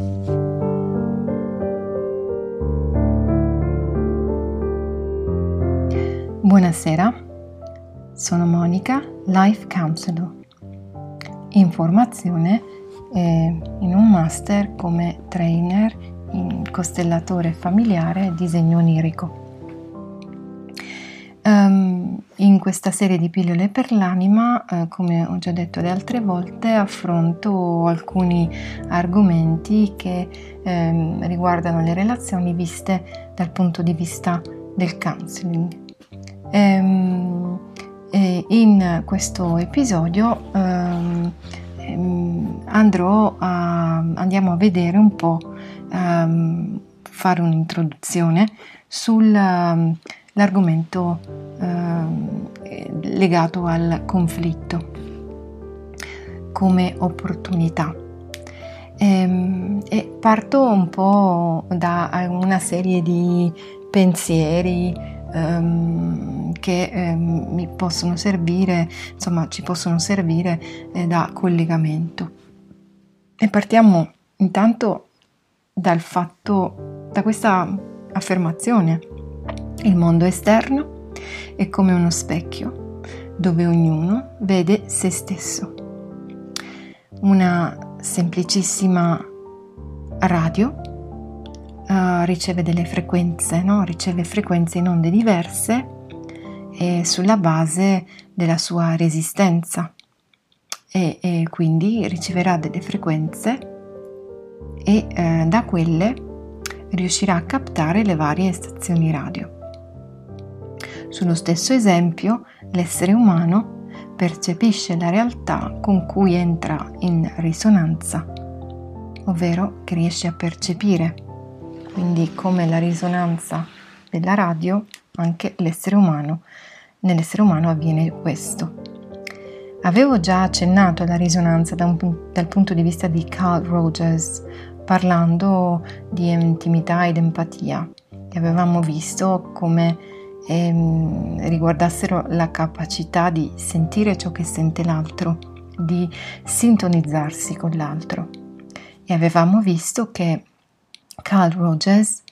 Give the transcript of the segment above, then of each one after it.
Buonasera, sono Monica, Life Counselor, in formazione in un master come trainer in costellatore familiare e disegno onirico. In questa serie di pillole per l'anima, come ho già detto le altre volte, affronto alcuni argomenti che riguardano le relazioni viste dal punto di vista del counseling. In questo episodio andiamo a vedere un po', fare un'introduzione sull'argomento legato al conflitto come opportunità. E parto un po' da una serie di pensieri che mi possono servire, ci possono servire da collegamento. E partiamo intanto da questa affermazione: il mondo esterno è come uno specchio dove ognuno vede se stesso. Una semplicissima radio riceve delle frequenze, riceve frequenze in onde diverse e sulla base della sua resistenza e quindi riceverà delle frequenze e da quelle riuscirà a captare le varie stazioni radio. Sullo stesso esempio, l'essere umano percepisce la realtà con cui entra in risonanza, ovvero che riesce a percepire. Quindi, come la risonanza della radio, anche nell'essere umano avviene questo. Avevo già accennato alla risonanza dal punto di vista di Carl Rogers, parlando di intimità ed empatia, e avevamo visto come riguardassero la capacità di sentire ciò che sente l'altro, di sintonizzarsi con l'altro. E avevamo visto che Carl Rogers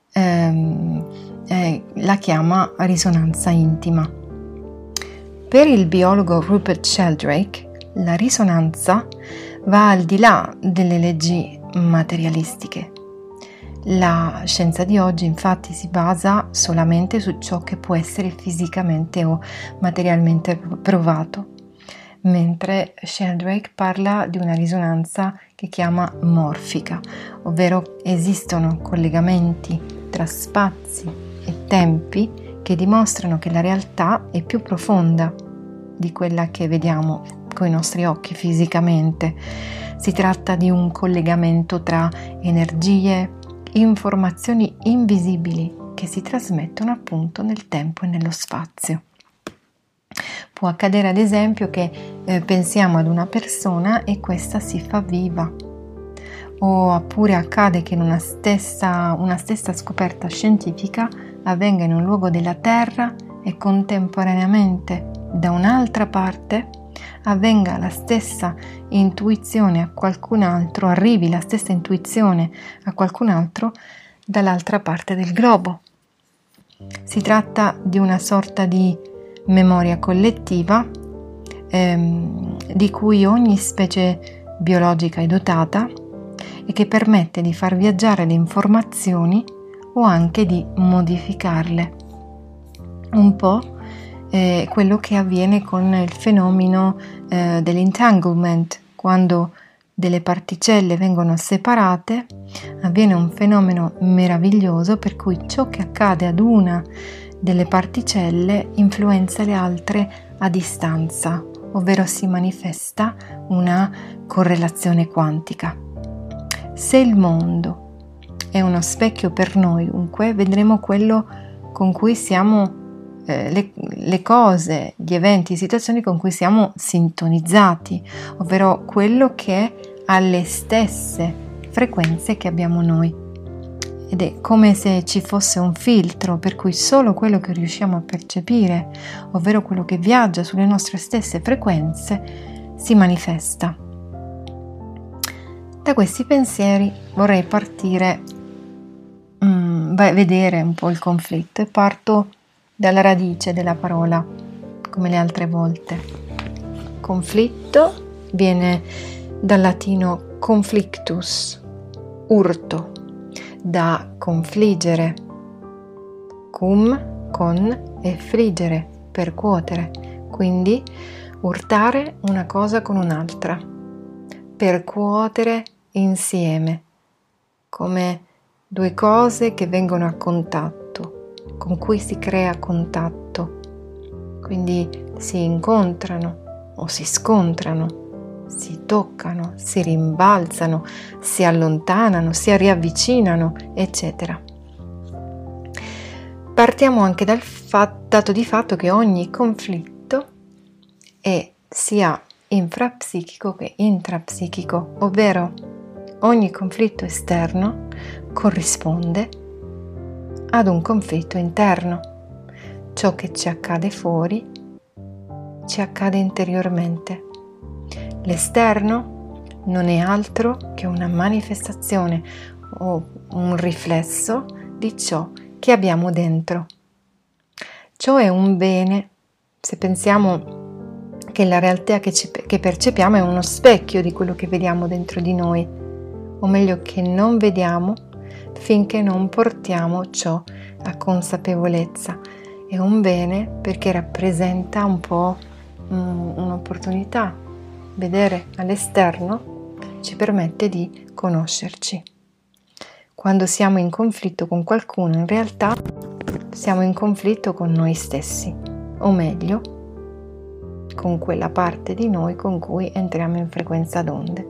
la chiama risonanza intima. Per il biologo Rupert Sheldrake, la risonanza va al di là delle leggi materialistiche. La scienza di oggi infatti si basa solamente su ciò che può essere fisicamente o materialmente provato, mentre Sheldrake parla di una risonanza che chiama morfica, ovvero esistono collegamenti tra spazi e tempi che dimostrano che la realtà è più profonda di quella che vediamo con i nostri occhi fisicamente. Si tratta di un collegamento tra energie, informazioni invisibili che si trasmettono appunto nel tempo e nello spazio. Può accadere ad esempio che pensiamo ad una persona e questa si fa viva, oppure accade che una stessa scoperta scientifica avvenga in un luogo della Terra e contemporaneamente da un'altra parte avvenga la stessa intuizione a qualcun altro, arrivi la stessa intuizione a qualcun altro dall'altra parte del globo. Si tratta di una sorta di memoria collettiva di cui ogni specie biologica è dotata e che permette di far viaggiare le informazioni o anche di modificarle. Un po' quello che avviene con il fenomeno dell'entanglement. Quando delle particelle vengono separate, avviene un fenomeno meraviglioso per cui ciò che accade ad una delle particelle influenza le altre a distanza, ovvero si manifesta una correlazione quantica. Se il mondo è uno specchio per noi, dunque vedremo quello con cui siamo, le cose, gli eventi, le situazioni con cui siamo sintonizzati, ovvero quello che ha le stesse frequenze che abbiamo noi. Ed è come se ci fosse un filtro per cui solo quello che riusciamo a percepire, ovvero quello che viaggia sulle nostre stesse frequenze, si manifesta. Da questi pensieri vorrei partire, vedere un po' il conflitto, e parto dalla radice della parola, come le altre volte. Conflitto viene dal latino conflictus, urto, da confliggere, cum, con, e friggere, percuotere, quindi urtare una cosa con un'altra, percuotere insieme, come due cose che vengono a contatto, con cui si crea contatto, quindi si incontrano o si scontrano, si toccano, si rimbalzano, si allontanano, si riavvicinano, eccetera. Partiamo anche dal dato di fatto che ogni conflitto è sia infrapsichico che intrapsichico, ovvero ogni conflitto esterno corrisponde ad un conflitto interno. Ciò che ci accade fuori ci accade interiormente. L'esterno non è altro che una manifestazione o un riflesso di ciò che abbiamo dentro. Ciò è un bene se pensiamo che la realtà che percepiamo è uno specchio di quello che vediamo dentro di noi, o meglio che non vediamo finché non portiamo ciò a consapevolezza. È un bene perché rappresenta un po' un'opportunità. Vedere all'esterno ci permette di conoscerci. Quando siamo in conflitto con qualcuno, in realtà siamo in conflitto con noi stessi, o meglio, con quella parte di noi con cui entriamo in frequenza d'onde.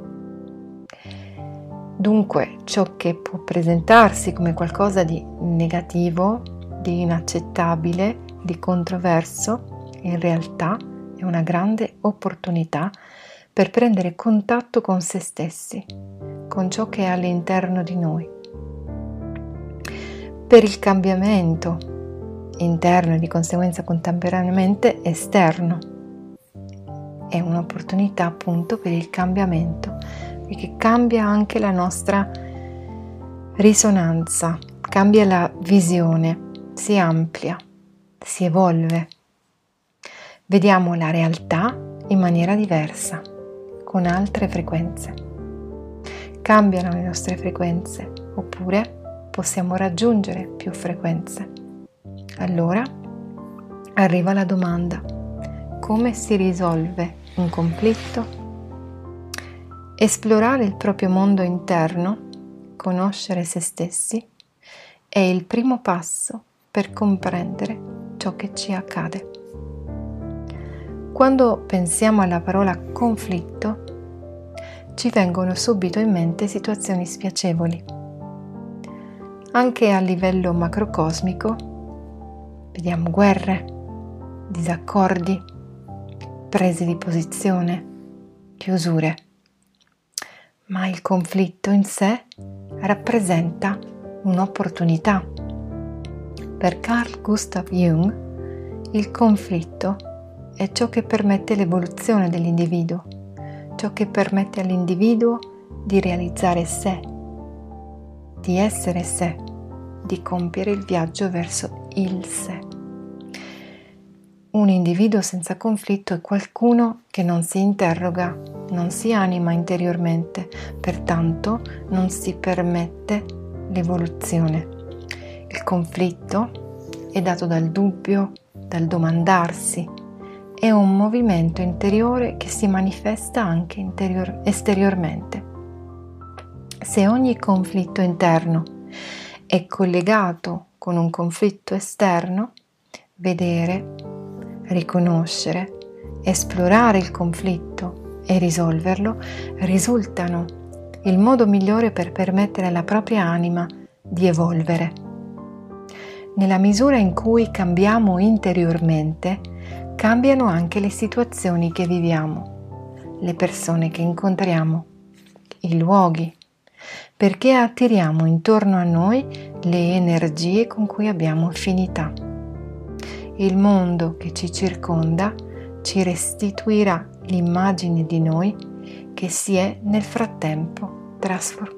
Dunque, ciò che può presentarsi come qualcosa di negativo, di inaccettabile, di controverso, in realtà è una grande opportunità per prendere contatto con se stessi, con ciò che è all'interno di noi. Per il cambiamento interno e di conseguenza contemporaneamente esterno. È un'opportunità appunto per il cambiamento, perché cambia anche la nostra risonanza, cambia la visione, si amplia, si evolve. Vediamo la realtà in maniera diversa, con altre frequenze. Cambiano le nostre frequenze, oppure possiamo raggiungere più frequenze. Allora arriva la domanda: come si risolve un conflitto? Esplorare il proprio mondo interno, conoscere se stessi, è il primo passo per comprendere ciò che ci accade. Quando pensiamo alla parola conflitto, ci vengono subito in mente situazioni spiacevoli. Anche a livello macrocosmico, vediamo guerre, disaccordi, prese di posizione, chiusure. Ma il conflitto in sé rappresenta un'opportunità. Per Carl Gustav Jung, il conflitto è ciò che permette l'evoluzione dell'individuo, ciò che permette all'individuo di realizzare sé, di essere sé, di compiere il viaggio verso il sé. Un individuo senza conflitto è qualcuno che non si interroga, non si anima interiormente, pertanto non si permette l'evoluzione. Il conflitto è dato dal dubbio, dal domandarsi, è un movimento interiore che si manifesta anche esteriormente. Se ogni conflitto interno è collegato con un conflitto esterno, vedere, riconoscere, esplorare il conflitto e risolverlo risultano il modo migliore per permettere alla propria anima di evolvere. Nella misura in cui cambiamo interiormente, cambiano anche le situazioni che viviamo, le persone che incontriamo, i luoghi, perché attiriamo intorno a noi le energie con cui abbiamo affinità. Il mondo che ci circonda ci restituirà l'immagine di noi che si è nel frattempo trasformata.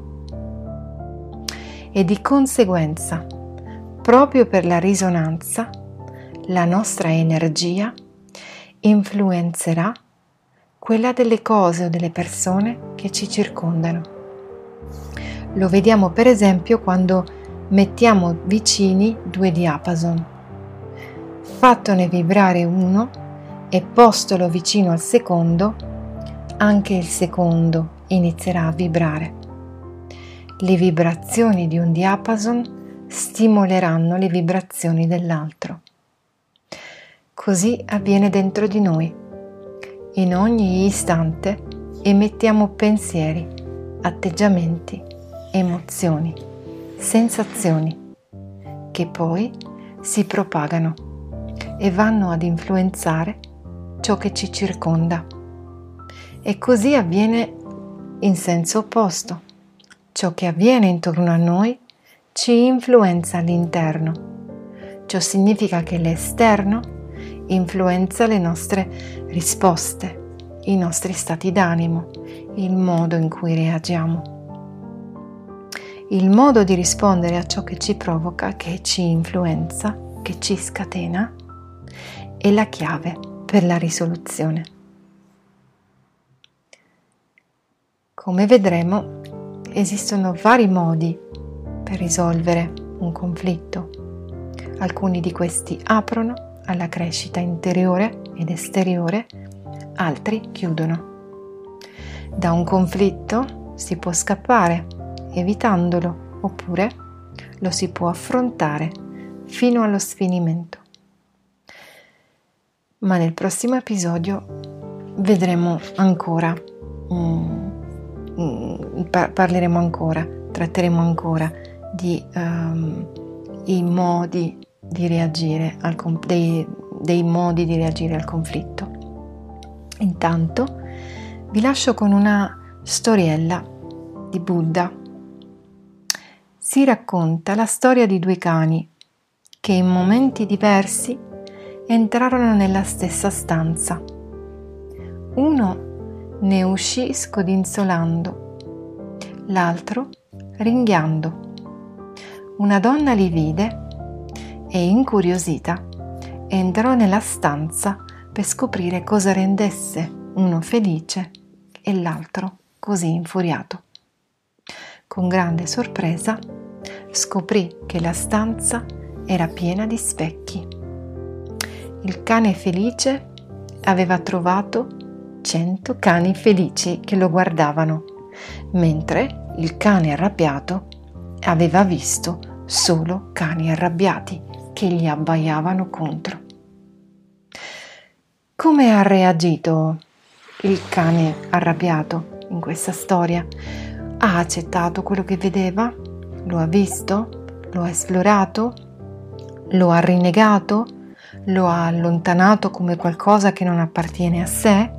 E di conseguenza, proprio per la risonanza, la nostra energia influenzerà quella delle cose o delle persone che ci circondano. Lo vediamo per esempio quando mettiamo vicini due diapason. Fattone vibrare uno e postolo vicino al secondo, anche il secondo inizierà a vibrare. Le vibrazioni di un diapason stimoleranno le vibrazioni dell'altro. Così avviene dentro di noi. In ogni istante emettiamo pensieri, atteggiamenti, emozioni, sensazioni, che poi si propagano e vanno ad influenzare ciò che ci circonda. E così avviene in senso opposto. Ciò che avviene intorno a noi ci influenza all'interno. Ciò significa che l'esterno influenza le nostre risposte, i nostri stati d'animo, il modo in cui reagiamo. Il modo di rispondere a ciò che ci provoca, che ci influenza, che ci scatena, è la chiave per la risoluzione. Come vedremo, esistono vari modi per risolvere un conflitto. Alcuni di questi aprono alla crescita interiore ed esteriore, altri chiudono. Da un conflitto si può scappare evitandolo, oppure lo si può affrontare fino allo sfinimento. Ma nel prossimo episodio vedremo ancora parleremo ancora, tratteremo ancora di i modi di reagire dei modi di reagire al conflitto. Intanto vi lascio con una storiella di Buddha. Si racconta la storia di due cani che in momenti diversi entrarono nella stessa stanza. Uno ne uscì scodinzolando, l'altro ringhiando. Una donna li vide e, incuriosita, entrò nella stanza per scoprire cosa rendesse uno felice e l'altro così infuriato. Con grande sorpresa scoprì che la stanza era piena di specchi. Il cane felice aveva trovato 100 cani felici che lo guardavano, mentre il cane arrabbiato aveva visto solo cani arrabbiati che gli abbaiavano contro. Come ha reagito il cane arrabbiato in questa storia? Ha accettato quello che vedeva? Lo ha visto? Lo ha esplorato? Lo ha rinnegato? Lo ha allontanato come qualcosa che non appartiene a sé?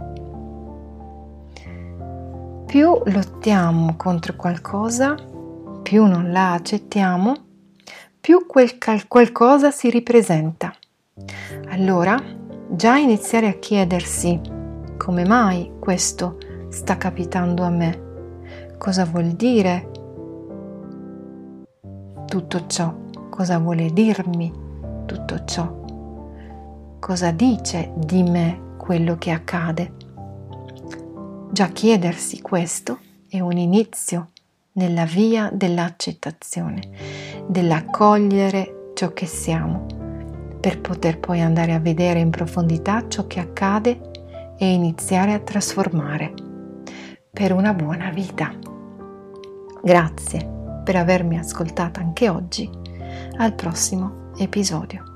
Più lottiamo contro qualcosa, più non la accettiamo, più quel qualcosa si ripresenta. Allora, già iniziare a chiedersi: come mai questo sta capitando a me? Cosa vuol dire tutto ciò? Cosa vuole dirmi tutto ciò? Cosa dice di me quello che accade? Già chiedersi questo è un inizio nella via dell'accettazione, dell'accogliere ciò che siamo, per poter poi andare a vedere in profondità ciò che accade e iniziare a trasformare per una buona vita. Grazie per avermi ascoltata anche oggi. Al prossimo episodio.